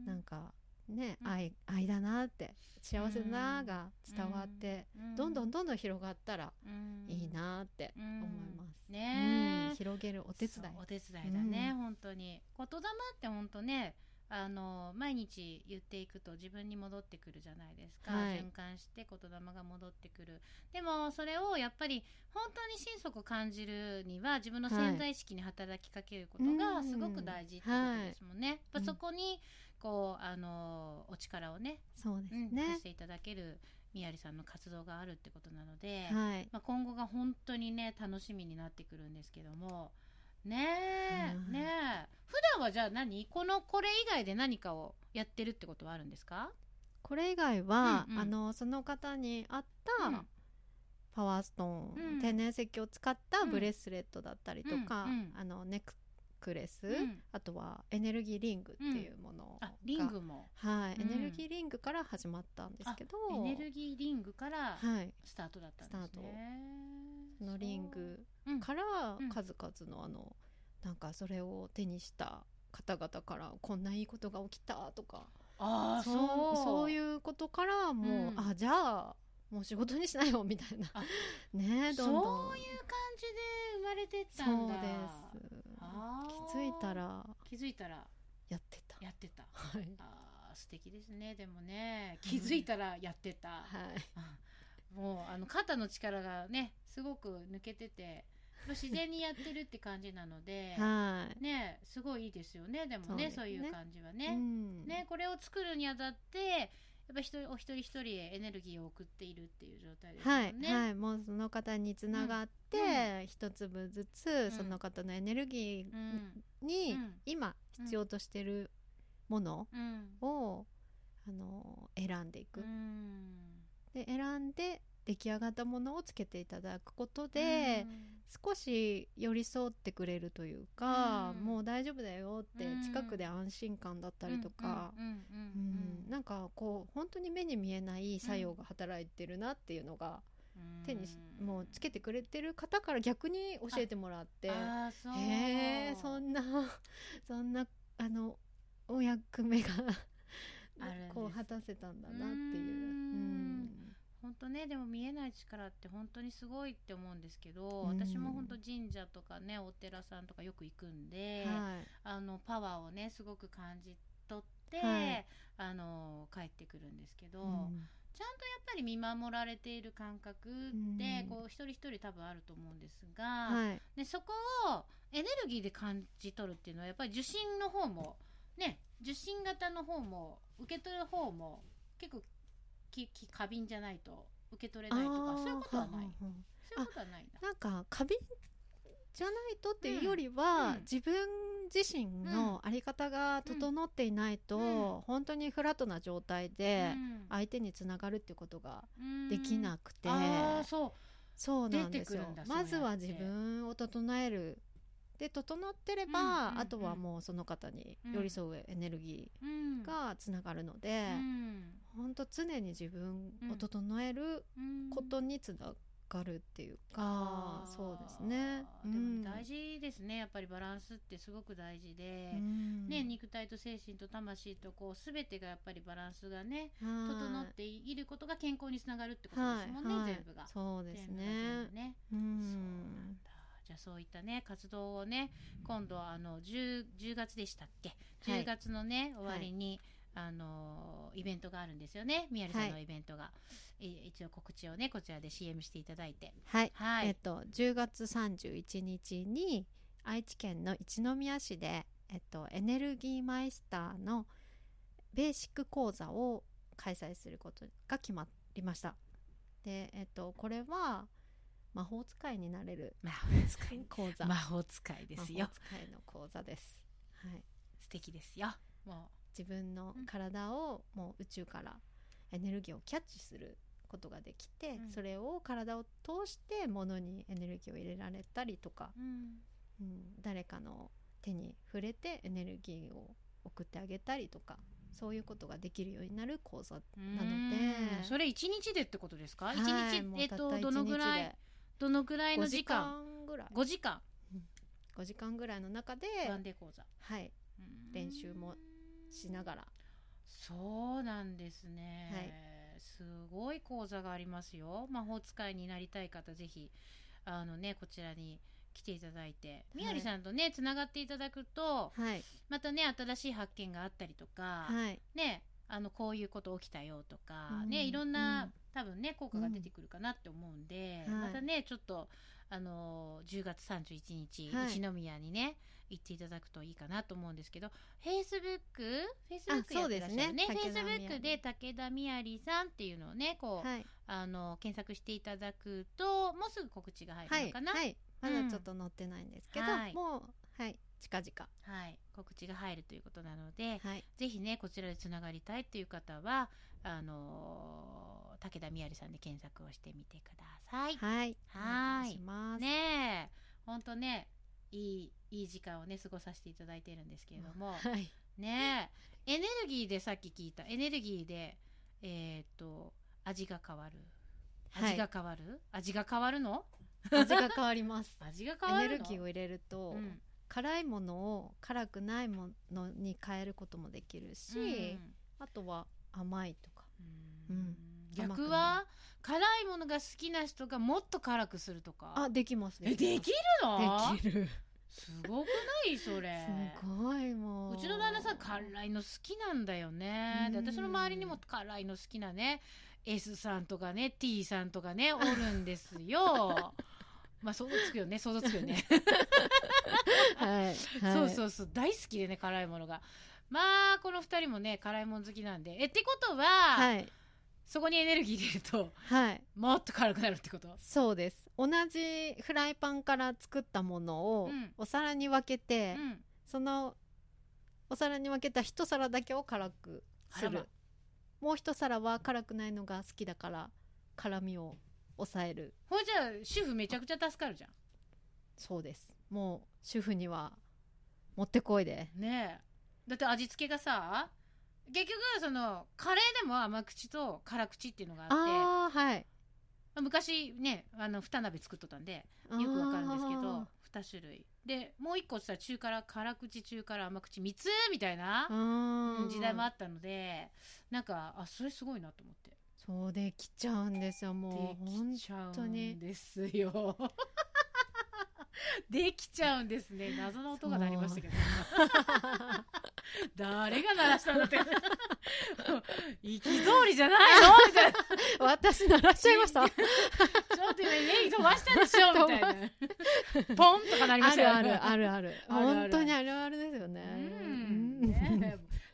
なんかね、うん、愛, 愛だなって幸せだなが伝わって、うん、どんどんどんどん広がったらいいなって思います、うんね、うん、広げるお手伝いお手伝いだね、うん、本当に言霊って本当ねあの毎日言っていくと自分に戻ってくるじゃないですか、はい、循環して言霊が戻ってくる。でもそれをやっぱり本当に心底感じるには自分の潜在意識に働きかけることがすごく大事ってことですもんね、はい、やっぱそこにこうあのお力をね、 そうですね、 うん、貸していただけるみやりさんの活動があるってことなので、 はい、 まあ、今後が本当にね楽しみになってくるんですけどもねえ、うん、ねえ、普段はじゃあ何このこれ以外で何かをやってるってことはあるんですか？ これ以外は、うんうん、あのその方に合った、うん、パワーストーン、うん、天然石を使ったブレスレットだったりとか、うんうん、あのネックレス、うん、あとはエネルギーリングっていうものが、 うん、あリングも、 はい、エネルギーリングから始まったんですけど、 エネルギーリングからスタートだったんですね、 はい、そのリングから数々のあのなんかそれを手にした方々からこんないいことが起きたとか、 あー、 そう、そういうことからもう、うん、あじゃあもう仕事にしなよみたいなね、どんどんそういう感じで生まれてったんだ。 そうです。気づいたら気づいたらやってたやってた、 はい、 あ素敵ですね。でもね気づいたらやってた、 はい、 もうあの肩の力がねすごく抜けてて自然にやってるって感じなので、 はい、 ねすごいいいですよね。でも ね, そう, ねそういう感じはね、うん、ねこれを作るにあたってやっぱ一人お一人一人へエネルギーを送っているっていう状態ですよね。 はい、はい、もうその方につながって、うん、一粒ずつその方のエネルギーに今必要としているものを、うん、あの選んでいく、うん、で選んで出来上がったものをつけていただくことで、うん、少し寄り添ってくれるというか、うん、もう大丈夫だよって近くで安心感だったりとか、なんかこう本当に目に見えない作用が働いてるなっていうのが、うん、手にもうつけてくれてる方から逆に教えてもらって、 ああそう、 へえそんなそんなあのお役目がこう果たせたんだなっていう。うん本当ね、でも見えない力って本当にすごいって思うんですけど、うん、私も本当神社とかねお寺さんとかよく行くんで、はい、あのパワーをねすごく感じ取って、はい、あの帰ってくるんですけど、うん、ちゃんとやっぱり見守られている感覚って、うん、こう一人一人多分あると思うんですが、はい、でそこをエネルギーで感じ取るっていうのはやっぱり受信の方もね受信型の方も受け取る方も結構きき過敏じゃないと受け取れないとか、そういうことはない。 あーそういうことはないんだ。 なんか過敏じゃないとっていうよりは、 うん自分自身のあり方が整っていないと、 うん本当にフラットな状態でうん相手につながるっていうことがうんできなくて、 ああ、そう。 そうなんですよ。 出てくるんだまずはそうやって自分を整える。で整ってれば、 うんうんうんあとはもうその方に寄り添うエネルギうんーがつながるので、 うん本当常に自分を整えるうんことにつながるっていうか、 あーそうですね。 でも大事ですね、やっぱりバランスってすごく大事で、 うんね、肉体と精神と魂とこう全てがやっぱりバランスがねはい整っていることが健康につながるってことですもんね、 はいはい全部が。 そうです全部がね全部ね。 うそうんなんだ。じゃあそういったね活動をね、今度はあの 10, 10月でしたっけ、じゅうがつのね、終わりに、あのイベントがあるんですよね、みやりさんのイベントが、え一応告知をねこちらで シーエム していただいて、 はい、 はい、 えっとじゅうがつさんじゅういちにちに愛知県の一宮市で、えっと、エネルギーマイスターのベーシック講座を開催することが決まりました。で、えっと、これは魔法使いになれる魔法使い講座魔法使いですよ。 魔法使いの講座です。はい素敵ですよ。も自分の体をもう宇宙からエネルギーをキャッチすることができて、 うんそれを体を通して物にエネルギーを入れられたりとか、 う、うんうん、誰かの手に触れてエネルギーを送ってあげたりとか、そういうことができるようになる講座なので、 うんそれいちにちでってことですか？ はいいちにち、 もうえったとったどのぐらい一日でどのぐらいの時間？ ごじかんぐらいごじかんごじかんぐらいの中で、 ワンデー講座、 はい、練習もしながら、 そうなんですね、 はいすごい講座がありますよ。魔法使いになりたい方、ぜひあのねこちらに来ていただいて、みやりさんとねつながっていただくと、 はいまたね新しい発見があったりとか、 はいねあのこういうこと起きたよとか、 うんねいろんな、 うん多分ね効果が出てくるかなって思うんで、 うんまたねちょっとあのじゅうがつさんじゅういちにち、 はい一宮にね行っていただくといいかなと思うんですけど、フェイスブックフェイスブックやってらっしゃるね、 あフェイスそうですねブックで武田みやりさんっていうのをねこう、 はいあの検索していただくともうすぐ告知が入はいるのかな、 はい、まだちょっと載ってないんですけど、 はいもうはい近々 はい、告知が入るということなので、 はいぜひねこちらでつながりたいっていう方はあのー武田みやりさんで検索をしてみてください。 はいはいお願いします。 ねえほんとねいいいい時間をね過ごさせていただいているんですけれども、 はいねえエネルギーでさっき聞いたエネルギーでえーっと味が変わるはい味が変わる、味が変わるの味が変わります。 味が変わエるのネルギーを入れると、 うん辛いものを辛くないものに変えることもできるし、 うんあとは甘いとか、 ううんん逆は辛いものが好きな人がもっと辛くするとかあできますえできるのできるすごくないそれすごいもううちの旦那さん辛いの好きなんだよねでうん私の周りにも辛いの好きなね S さんとかね T さんとかねおるんですよまあ想像つくよね想像つくよねはい、はい、 そうそうそう大好きでね辛いものがまあこのふたりもね辛いもの好きなんでえってことは、 はいそこにエネルギー入れるとはいもっと辛くなるってことそうです。同じフライパンから作ったものをうんお皿に分けて、 うんそのお皿に分けた一皿だけを辛くすあらまる。もう一皿は辛くないのが好きだから辛みを抑える。 ほいじゃあ主婦めちゃくちゃ助かるじゃそうです。もう主婦にはもってこいで。 んねえだって味付けがさ結局そのカレーでも甘口と辛口っていうのがあってああはい。 昔ねあの二鍋作っとったんでよくわかるんですけどに種類でもう一個したら中辛辛口中辛甘口みっつみたいなあーうん時代もあったのでなんかあそれすごいなと思ってそうできちゃうんですよ。もうで本きちゃう当にんですよできちゃうんですね謎の音が鳴りましたけど誰が鳴らしたんだって行き通りじゃないのみたいな私鳴らしちゃいました。 ちょっと今ネギ飛ばしたでしょみたいなポンとかなりまあしたよるあるあるある。 あるある本当にあるあるですよね。 うんね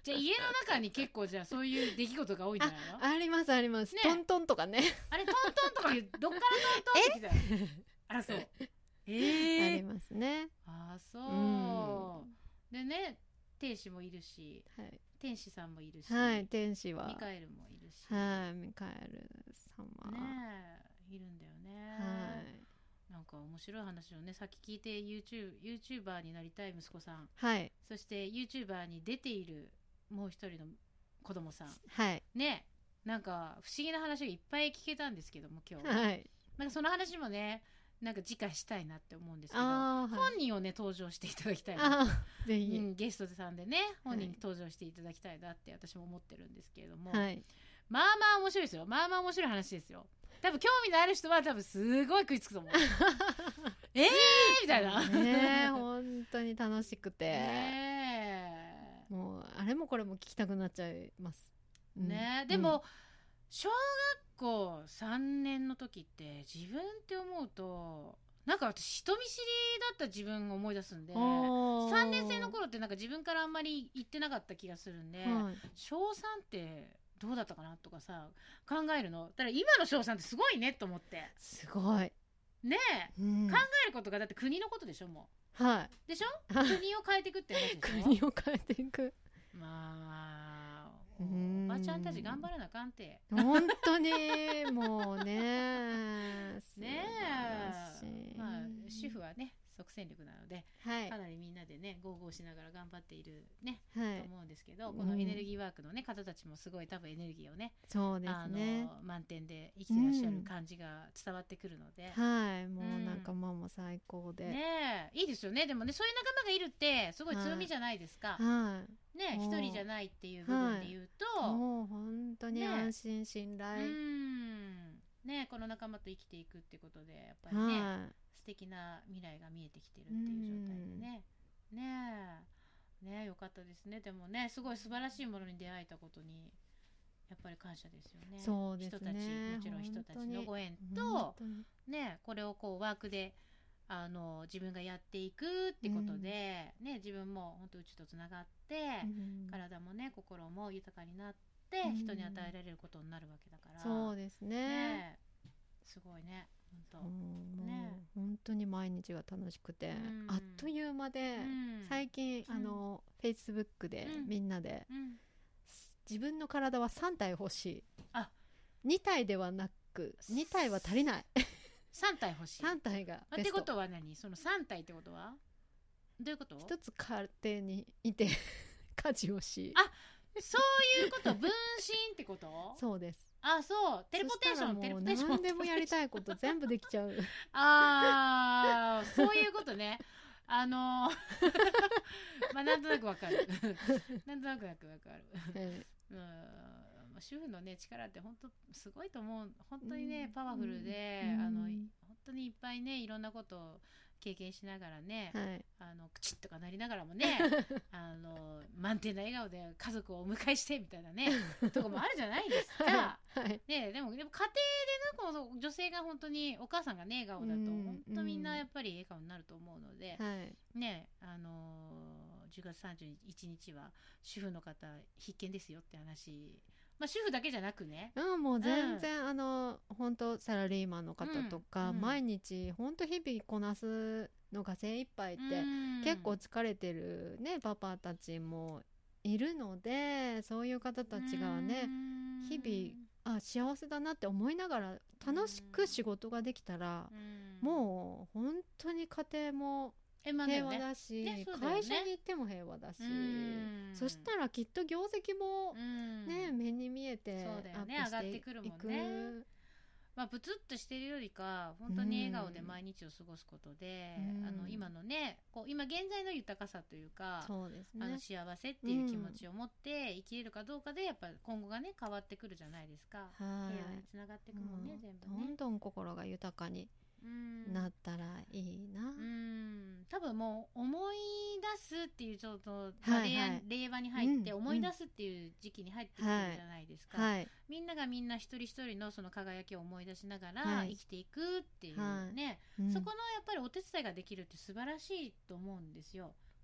じゃあ家の中に結構じゃあそういう出来事が多いんじゃないの？ ありますあります、 ねトントンとかねあれトントンとか言うどっからトントンってきたよ。あらそう。えー、 ありますね。 あそう、 うんでね天使もいるしはい、 天使さんもいるし、 はい、天使はミカエルもいるし、 はい、ミカエル様、 ねえいるんだよね、 はいなんか面白い話をねさっき聞いて YouTube YouTuber になりたい息子さん、 はいそして YouTuber に出ているもう一人の子供さんはいね、なんか不思議な話がいっぱい聞けたんですけども今日、 はいなんかその話もねなんか次回したいなって思うんですけど、 あー、はい、 本人をね登場していただきたいな、 あーぜひ、 うん、ゲストさんでね本人はい登場していただきたいなって私も思ってるんですけれども、 はいまあまあ面白いですよ。まあまあ面白い話ですよ。多分興味のある人は多分すごい食いつくと思う。えーみたいな。 ねえ本当に楽しくて、 ねもうあれもこれも聞きたくなっちゃいます、 え。 うんねえ。でも、小学校さんねんの時って自分って思うと、なんか私人見知りだった自分を思い出すんで、さんねん生の頃ってなんか自分からあんまり言ってなかった気がするんで、 はい、 小さんってどうだったかなとかさ考えるのだから今の小さんってすごいねと思ってすごい、 ねえ、 うん考えることがだって国のことでしょもはうでしょはい国を変えていくって話い、 でしょ国を変えていく、 まあおうんおばちゃんたち頑張らなあかんて本当にもうね素晴ねらしい、 えまあ主婦はね即戦力なので、 はいかなりみんなでねゴーゴーしながら頑張っているねはい、 と思うんですけど、このエネルギーワークの、ね、方たちもすごい多分エネルギーをねそうですあね、 の満点で生きてらっしゃる感じが伝わってくるので、 はい、もううん仲間も最高で、 ねえいいですよね。でもねそういう仲間がいるってすごい強みじゃないですか、 はいねもう一人じゃないっていう部分で言うと、 もう本当にね安心信う頼、 んねこの仲間と生きていくってことでやっぱりね、 は素敵な未来が見えてきてるっていう状態でね、ねえねえよかったですね。でもねすごい素晴らしいものに出会えたことにやっぱり感謝ですよね。 そうですね人たちもちろん人たちのご縁い、 と本当にね、これをこうワークであの自分がやっていくってことで、ね、自分も本当宇宙とつながって、 うん体もね心も豊かになって、 うん人に与えられることになるわけだから、 そうですね、 ねすごいね本うんもうね本当に毎日が楽しくて、 うんあっという間で、 当、うん最近、 うんあのフェイスブックでうんみんなで、 うん自分の体はさん体欲しい、 あに体ではなくに体は足りないさん体欲しい。 さん体があっベスト、 てことは何そのさん体ってことはどういうこと？ 一つ家庭にいて家事をし、 あそういうこと分身ってことそうです、 あそうテレポテーションそしたらもうテレポテーション何でもやりたいこと全部できちゃうああそういうことね。あのーまあなんとなくわかるなんとなくわかるえうんまあ主婦のね力って本当すごいと思う。本当にね、 うんパワフルで、 うんあの本当にいっぱいねいろんなことを経験しながらね、 えはいあのクチッとかなりながらもねあの満点な笑顔で家族をお迎えしてみたいなねとこもあるじゃないですか。 はいはいね、でもでも家庭でねこの女性が本当にお母さんがね笑顔だとうん本当みんなやっぱり笑顔になると思うので、 はいねあのーじゅうがつさんじゅういちにちは主婦の方必見ですよって話、まあ、主婦だけじゃなくね、 うん、もう全然、あの本当サラリーマンの方とか、 うんうん毎日本当日々こなすのが精一杯って、 うん結構疲れてるねパパたちもいるので、そういう方たちがね、 うん日々あ幸せだなって思いながら楽しく仕事ができたら、 うんもう本当に家庭も平和えまあだよねだし、 ねそうだよね会社に行っても平和だし、 うんそしたらきっと業績もうんね、目に見えてそうだよねアップして上がってくるもんねいくまあ、ブツッとしてるよりか本当に笑顔で毎日を過ごすことで、 うんあの今のねこう今現在の豊かさというか、 そうですあのね。 幸せっていう気持ちを持って生きれるかどうかでやっぱり今後がね変わってくるじゃないですか。 はい平和につながっていくもんね、 うん全部どんね。 どん心が豊かにうんなったらいいな。 うん多分もう思い出すっていうちょっと、 はいまあはい令和令和に入ってうん思い出すっていう時期に入ってきてるじゃないですか、 はい。 みんながみんな一人一人のその輝きを思い出しながらはい生きていくっていうね、 うんそこのやっぱりお手伝いができるって素晴らしいと思うんですよ。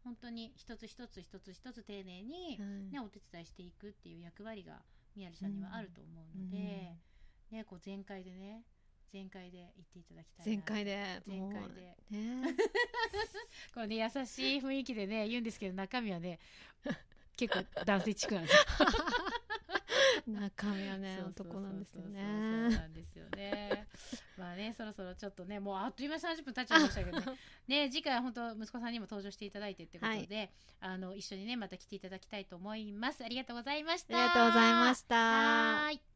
本当に一つ一つ一つ一つ丁寧に、 うんね、お手伝いしていくっていう役割がみやりさんにはあると思うので、ね、こう全開でね全開で言っていただきたいな。 全開で全開でねこう、ね、優しい雰囲気でね言うんですけど中身はね結構男性チックなんですよ中身はねそうそうそうそう男なんですよね。 そうなんですよねまあねそろそろちょっとねもうあっという間にさんじゅっぷん経っちゃいましたけどねね次回は本当息子さんにも登場していただいてってことで、はい、あの一緒にねまた来ていただきたいと思います。ありがとうございました。 ありがとうございました。 はーい。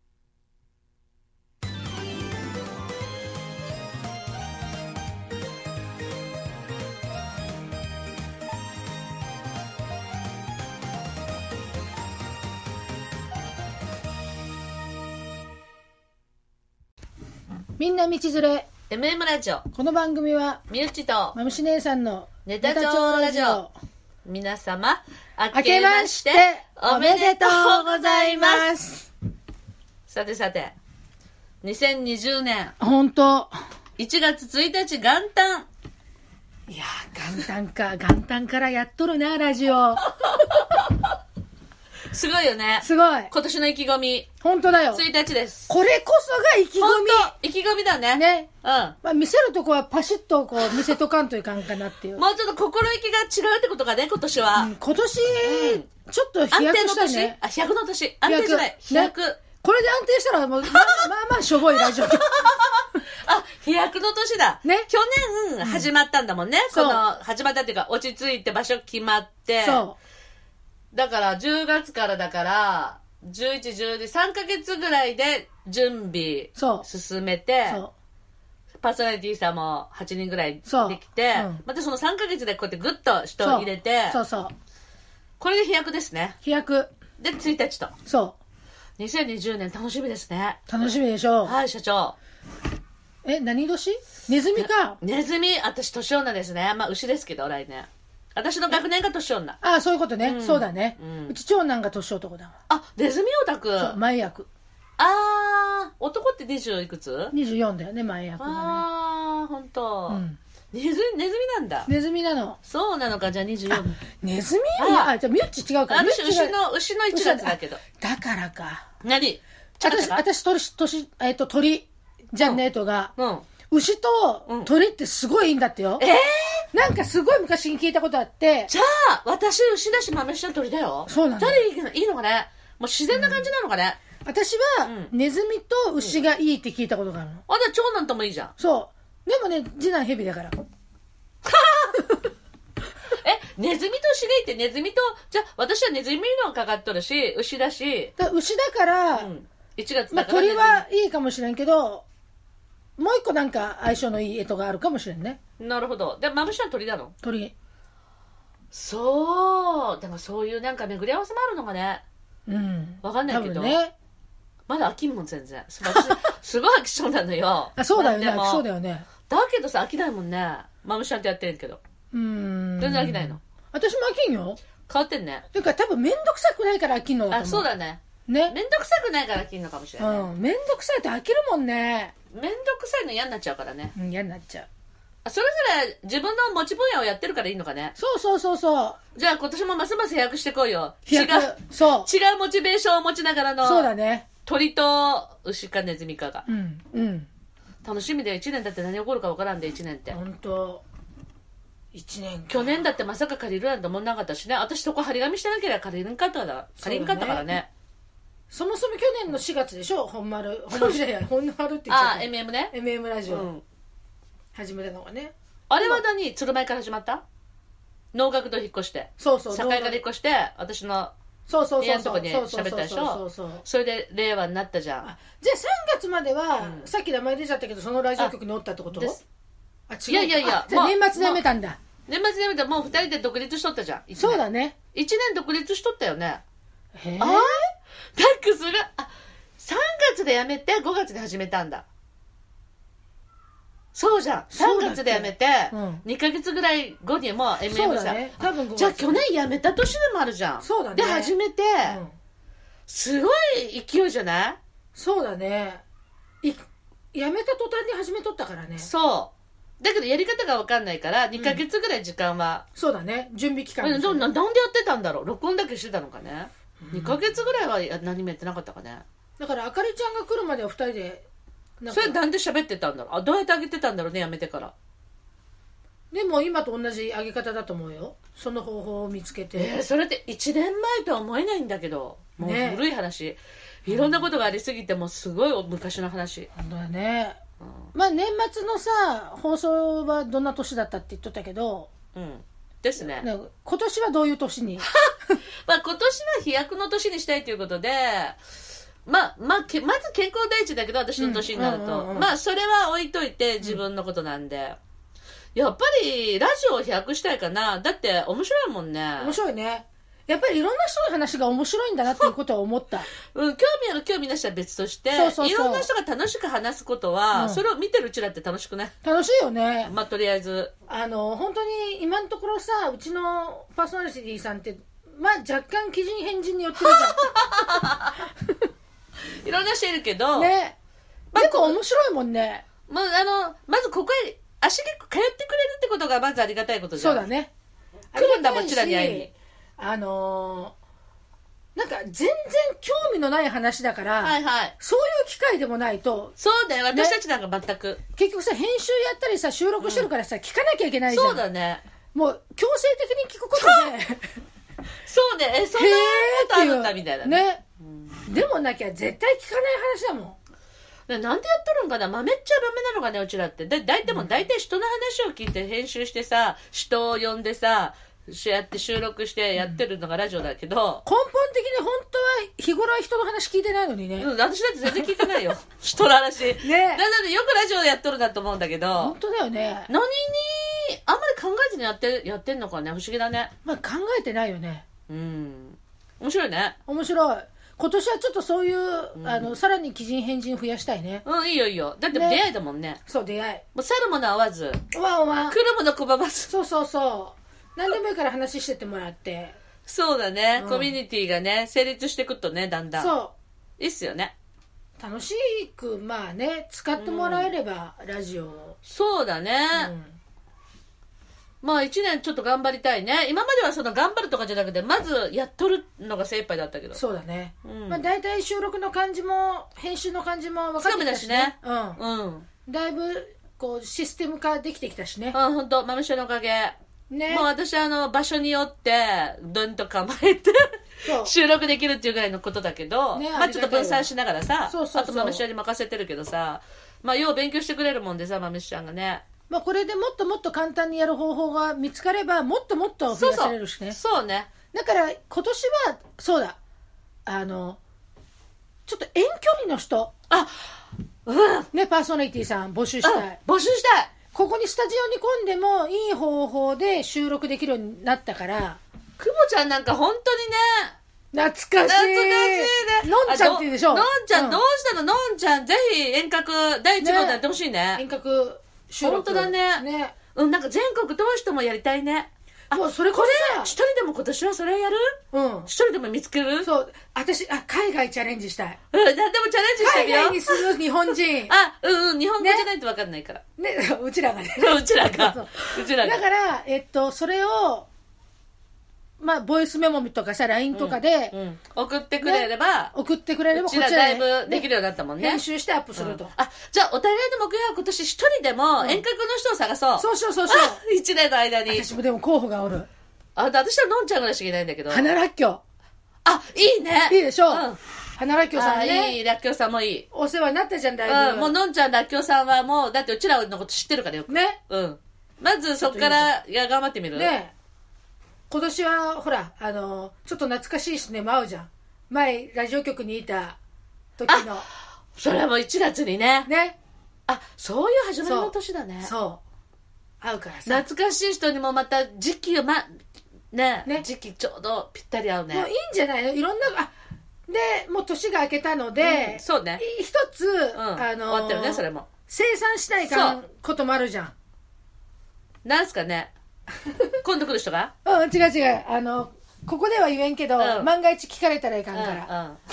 みんな道連れ。 エムエム ラジオこの番組はみゆっちとまむし姉さんのネタ帳ラジオ。皆様明明けましておめでとうございます。 さてさてにせんにじゅうねん本当いちがつついたち元旦。 いやー元旦か元旦からやっとるなラジオすごいよね。 すごい今年の意気込み本当だよ。 ついたちです。 これこそが意気込本当意気込みだね。 みね、 うん。 まあ、見せるとこはパシッとこう見せとかんといかんかなっていうもうちょっと心意気が違うってことがね今年は、 うん今年、 うんちょっと飛安躍定の年、 したね。 あ飛躍の年安定じゃない飛飛躍、 躍これで安定したらもうまあまあまあしょぼいラジオあ飛躍の年だ、 ね去年始まったんだもんね、 そうこの始まったっていうか落ち着いて場所決まってそだからじゅうがつからだからじゅういち、じゅうに、さんかげつぐらいで準備そう進めてそうパーソナリティさんもはちにんぐらいそうできて、 うんまたそのさんかげつでこうやってグッと人を入れてそうそうこれで飛躍ですね。 飛躍でついたちとそにせんにじゅうねん楽しみですね。 う楽しみでしょう。 はい社長。 え何年？ネズミか。 ネズミ私年女ですね。まあ牛ですけど来年私の学年が年女。 ああそういうことね、 うんそうだね、 ううんち長男が年男だわ。 あネズミオタク。 そう前役あー男ってにじゅういくつ？ にじゅうよんだよね前役がね。 あーほんと、 うんネズミネズミなんだ。 ネズミなの。 そうなのか。じゃあにじゅうよん。 ネズミああじゃあミュッチ違うから。 私ミュッチが牛の牛のいちがつだけど。 だからか。 何？ちゃかち私ゃか私鳥年えっと鳥じゃんねえとが、 うん。 牛と鳥ってすごいいいんだってよ。 えー、 なんかすごい昔に聞いたことあって。 じゃあ私牛だし豆下の鳥だよ。 そうなの。 誰いいのいいのかね。もう自然な感じなのかね。 私は、 うんネズミと牛がいいって聞いたことがあるの。 あじゃあ長男ともいいじゃん。 そう。でもね次男ヘビだから。 えネズミと牛がいいってネズミとじゃあ私はネズミのかかっとるし牛だし。 だ牛だから、 うん、いちがつまあだから鳥はいいかもしれんけどもう一個なんか相性のいい干支があるかもしれんね。 なるほど。で豆下は鳥なの？ 鳥。 そうでもそういうなんか巡り合わせもあるのがね。 うん。 わかんないけど多分ね。 まだ飽きんもん全然。私すごい飽きそうなのよ。 あそうだよね。 まあでもそうだよね。 だけどさ飽きないもんね。マムシャンってやってるけどうーん。 全然飽きないの。 私も飽きんよ。 変わってんね。 ていうか多分面倒くさくないから飽きんのだと思う。 あそうだね。 ね。 めんどくさくないから飽きんのかもしれない。 うん。面倒くさいと飽きるもんね。 めんどくさいの嫌になっちゃうからね。 うん嫌になっちゃう。 あそれぞれ自分の持ち分野をやってるからいいのかね。 そうそうそうそう。 じゃあ今年もますます飛躍してこいよ。 飛躍違うそう。 違うモチベーションを持ちながらのそうだね。 鳥と牛かネズミかがうんうん。 楽しみでいちねんだって何起こるか分からんでいちねんって本当。一年か。 去年だってまさか借りるなんて思んなかったしね。私そこ張り紙してなければ借りるんかったから借りんかったからね。 そもそも去年のしがつでしょ。本丸本丸じゃない本丸って言っちゃった。 ああ エムエム ね。 エムエム ラジオ、 うん始めたのがね。 あれは何鶴舞から始まった能楽堂引っ越してそうそう。 境から引っ越して私のそうそうそうそう。 家のとこに喋ったでしょ。 そうそうそう。 それで令和になったじゃん。 あじゃあさんがつまでは、 うんさっき名前出ちゃったけどそのラジオ局におったってこと？ ですあ違う。 いやいやいやあじゃあもう年末で辞めたんだ。 年末でやめたらもうふたりで独立しとったじゃん。一年そうだね。 いちねん独立しとったよね。 へえ。 あなんかそれあさんがつで辞めてごがつで始めたんだ。そうじゃん。さんがつで辞めて、 うんにかげつぐらい後にもう エムエム じゃん、 そうだね。多分ごがつじゃあ去年辞めた年でもあるじゃん。 そうだね。 で始めて、 うんすごい勢いじゃない？ そうだね。い辞めた途端に始めとったからね。 そだけどやり方が分かんないからにかげつぐらい時間は、 そうだね、準備期間なでしょななんでやってたんだろう、録音だけしてたのかね、にかげつぐらいはや何もやってなかったかね。 だからあかりちゃんが来るまではふたりでなんかそれなんで喋ってたんだろう、あどうやってあげてたんだろうね、やめてから。 でも今と同じ上げ方だと思うよ、その方法を見つけて、 えー、それっていちねんまえとは思えないんだけど、もうね古い話、いろんなことがありすぎてもうすごい昔の話、 本当だね。 うんまあ年末のさ放送はどんな年だったって言っとったけど、 うん、ですね。 ね今年はどういう年にまあ今年は飛躍の年にしたいということで、まあまあ、けまず健康第一だけど、私の年になると、 うんうんうんうんまあそれは置いといて自分のことなんで、やっぱりラジオを飛躍したいかな。だって面白いもんね。 面白いね。やっぱりいろんな人の話が面白いんだなっていうことは思ったうん、興味ある興味なしは別として、 そうそうそういろんな人が楽しく話すことは、 うんそれを見てるうちだって楽しくない？ 楽しいよね。 まあとりあえずあの本当に今のところさ、うちのパーソナリティさんってまあ若干奇人変人によってるいろんな人いるけじど、 ゃんね。 まあ結構面白いもんね。 まあ、あのまずここへ足結構通ってくれるってことがまずありがたいことじゃん。 そうだね。 来るんだありがたいしもちろんに会いに。 あのーなんか全然興味のない話だから、 はいはい。 そういう機会でもないとそうだよ、私たちなんか全く。 結局さ編集やったりさ収録してるからさ、聞かなきゃいけないじゃん。 そうだね。 もう強制的に聞くことでそうね、え、そんなことあるんだへーっていうみたいなね。 ね、 うんでもなきゃ絶対聞かない話だもん。 でなんでやっとるんかな、豆っちゃ豆なのかね、うちらって。で、大体もう大体人の話を聞いて編集してさ、人を呼んでさ、そうやって収録してやってるのがラジオだけど、 根本的に本当は日頃は人の話聞いてないのにね、 うん、私だって全然聞いてないよ。人の話。 ねなのでよくラジオやっとるなと思うんだけど、 本当だよね。 何に、あんまり考えずにやって、やってんのかね、不思議だね。 まあ考えてないよね。 うん。面白いね。 面白い。今年はちょっとそういう、 んあのさらに奇人変人増やしたいね。 うん、いいよいいよ。だって出ね会いだもんね。 そう出会もう去るもの合わず、 い。おわおわ。 来るもの拒まず。 そうそうそう。何でもいいから話してってもらって。 そうだね、 うんコミュニティがね、成立してくっとね、だんだん。 そいいっすよね。 う。楽しくまあね使ってもらえれば、ラジオを。 そうだね。 うんまあ一年ちょっと頑張りたいね。今まではその頑張るとかじゃなくて、まずやっとるのが精一杯だったけど。 そうだね。 うん。 まあ大体収録の感じも編集の感じも分かってきたしね。 うん。うん。 うん。だいぶこうシステム化できてきたしね。 あ、ほんと、マムシャのおかげ。 ね。 もう私あの、場所によって、どんと構えて、 そう収録できるっていうぐらいのことだけど、 ねまあちょっと分散しながらさ、 そうそうそうあとマムシャに任せてるけどさ、まあよう勉強してくれるもんでさ、マムシちゃんがね。 まあこれでもっともっと簡単にやる方法が見つかればもっともっと増やされるしね。 そうね。 だから今年はそうだ、あのちょっと遠距離の人あ、うん。 ね、パーソナリティさん募集したい。 募集したい。 ここにスタジオに込んでもいい方法で収録できるようになったから。 くぼちゃんなんか本当にね、 懐かしい。 懐かしいね。 のんちゃんって言うでしょ。 あののんちゃん、 うどうしたののんちゃん、ぜひ遠隔第一号でやってほしいね。 遠隔収録。 本当だねね。 うん、なんか全国通してもやりたいね。あ、 もうそれここれそさ、 一人でも今年はそれやるうん。 一人でも見つけるそう、私、あ、海外チャレンジしたい。 うん、なんでもチャレンジしてみよう。 海外に住む日本人。 あ、うんうん、日本語じゃないと分かんないから。 ね、うちらがね。 うちらがそう。 うちらが。 だから、えっと、それを、まあ、ボイスメモとかさ、ライン とかでうん、送ってくれれば、 送ってくれれば、 うちらだいぶできるようねになったもんね。 編集してアップすると。 あ、じゃあお互いの目標は今年一人でも遠隔の人を探そう。 そうそうそうそう。 あ一年の間に。 私もでも候補がおる。 あ、私はのんちゃんぐらいしかいないんだけど。 花らっきょあ、いいね。 いいでしょう。 うん。 花らっきょさんあ、 ね。 いい、らっきょうさんもいい。 お世話になったじゃん、だいぶ。 うん、もうのんちゃん、らっきょうさんはもう、だってうちらのこと知ってるからよく。 ね。 うん。まずそっから、いや、頑張ってみる。 ね今年は、ほら、あの、ちょっと懐かしいしね、も会うじゃん。前、ラジオ局にいた時の。 それはもういちがつにね。 ね。 あ、そういう始まりの年だね。 そう。会うからさ。 懐かしい人にもまた時期がま、ね、 ね時期ちょうどぴったり合うね。 もういいんじゃないのいろんな、あ、で、もう年が明けたので、 うんそうね。 い一つ、 うん。 あの終わったよね、それも。 生産しないかんこともあるじゃん。 なんすかね。今度来る人がうん、違う違う。あの、ここでは言えんけど、 うん万が一聞かれたらいかんから。 うんうん。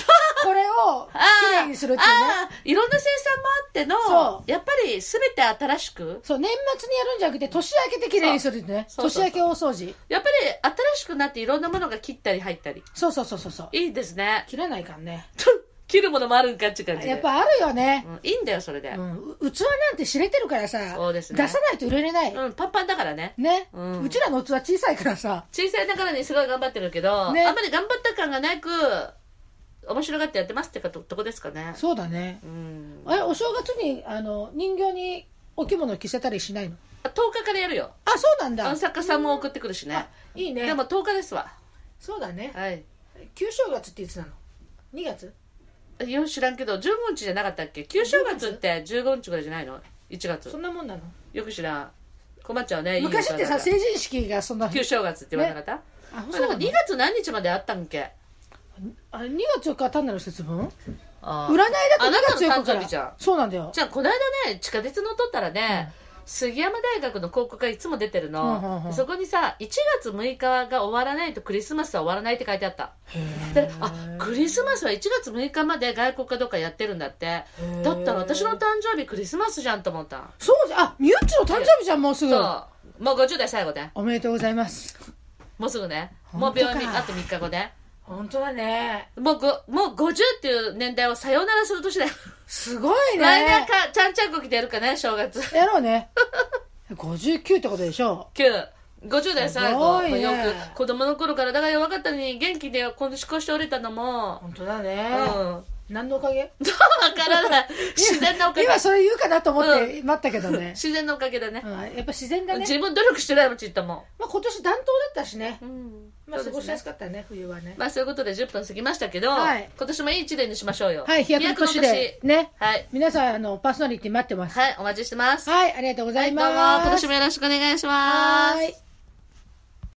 これをきれいにするっていうね。 ああ、いろんな生産もあっての、 そうやっぱり全て新しく、 そう、年末にやるんじゃなくて、年明けてきれいにするってね。 そうそうそう年明け大掃除。 やっぱり新しくなっていろんなものが切ったり入ったり。 そうそうそうそうそう。 いいですね。 切らないかんね。 切るものもあるんかっていう感じで。 やっぱあるよね。 うん、いいんだよ、それで。 うん。う器なんて知れてるからさ、 そうですね出さないと売れれない。 うん、パンパンだからね。 ね、 ううんちらの器小さいからさ。 小さいながらにすごい頑張ってるけど、 ねあんまり頑張った感がなく、面白がってやってますってかととこですかね。 そうだね。 うん。 あれ、お正月に、あの、人形にお着物着せたりしないの？ とおかからやるよ。 あ、そうなんだ。 あの作家さんも送ってくるしね。 いいね。 でもとおかですわ。 そうだね。 はい。 旧正月っていつなの？ に 月？ よく知らんけど、じゅうごにちじゃなかったっけ？旧正月ってじゅうごにちぐらいじゃないの？いちがつ。 そんなもんなの？ よく知らん。困っちゃうね。 昔ってさ、 いい成人式がそんな。 旧正月って言わなかった、 あ、 まあ、 そうなの？ なんかにがつ何日まであったんけ？ あれにがつよっか単なる節分？ あ占いだとにあなたのがつよっかから。 誕生日じゃん。 そうなんだよ。 じゃあこの間ね地下鉄乗っとったらね、杉山大学の広告がいつも出てるの、 うんうんうんそこにさいちがつむいかが終わらないとクリスマスは終わらないって書いてあったで、あ、クリスマスはいちがつむいかまで外国かどっかやってるんだって。だったら私の誕生日クリスマスじゃんと思った。 そうじゃん。あ、みゆっちの誕生日じゃん、もうすぐ。 そうもうごじゅう代最後でおめでとうございます。 もうすぐね。もう本当か病院あとみっかごで本当だね。 もうごもうごじゅうっていう年代をさよならする年だよ。 すごいね。 来年かちゃんちゃんこ着てやるかね正月。 やろうね。ごじゅうきゅうってことでしょ。 きゅうごじゅう代最後、 すごいねよく子供の頃からだから弱かったのに元気でこしこしておれたのも、 本当だね。 うん何のおかげ？ わからない。自然のおかげ。 今それ言うかなと思って待ったけどね。 自然のおかげだね。 うん、やっぱ自然だね。 自分努力してないもんちっとも。 まあ今年暖冬だったしね。 うん。 まあ過ごしやすかかったね、冬はね。 まあそういうことでじゅっぷん過ぎましたけど、 はい今年もいい一年にしましょうよ。 はい、飛躍の年で。ね。 はい。 皆さん、あの、パーソナリティ待ってます。 はい、お待ちしてます。 はい、ありがとうござはい、 います。 どうも、今年もよろしくお願いします。 はい。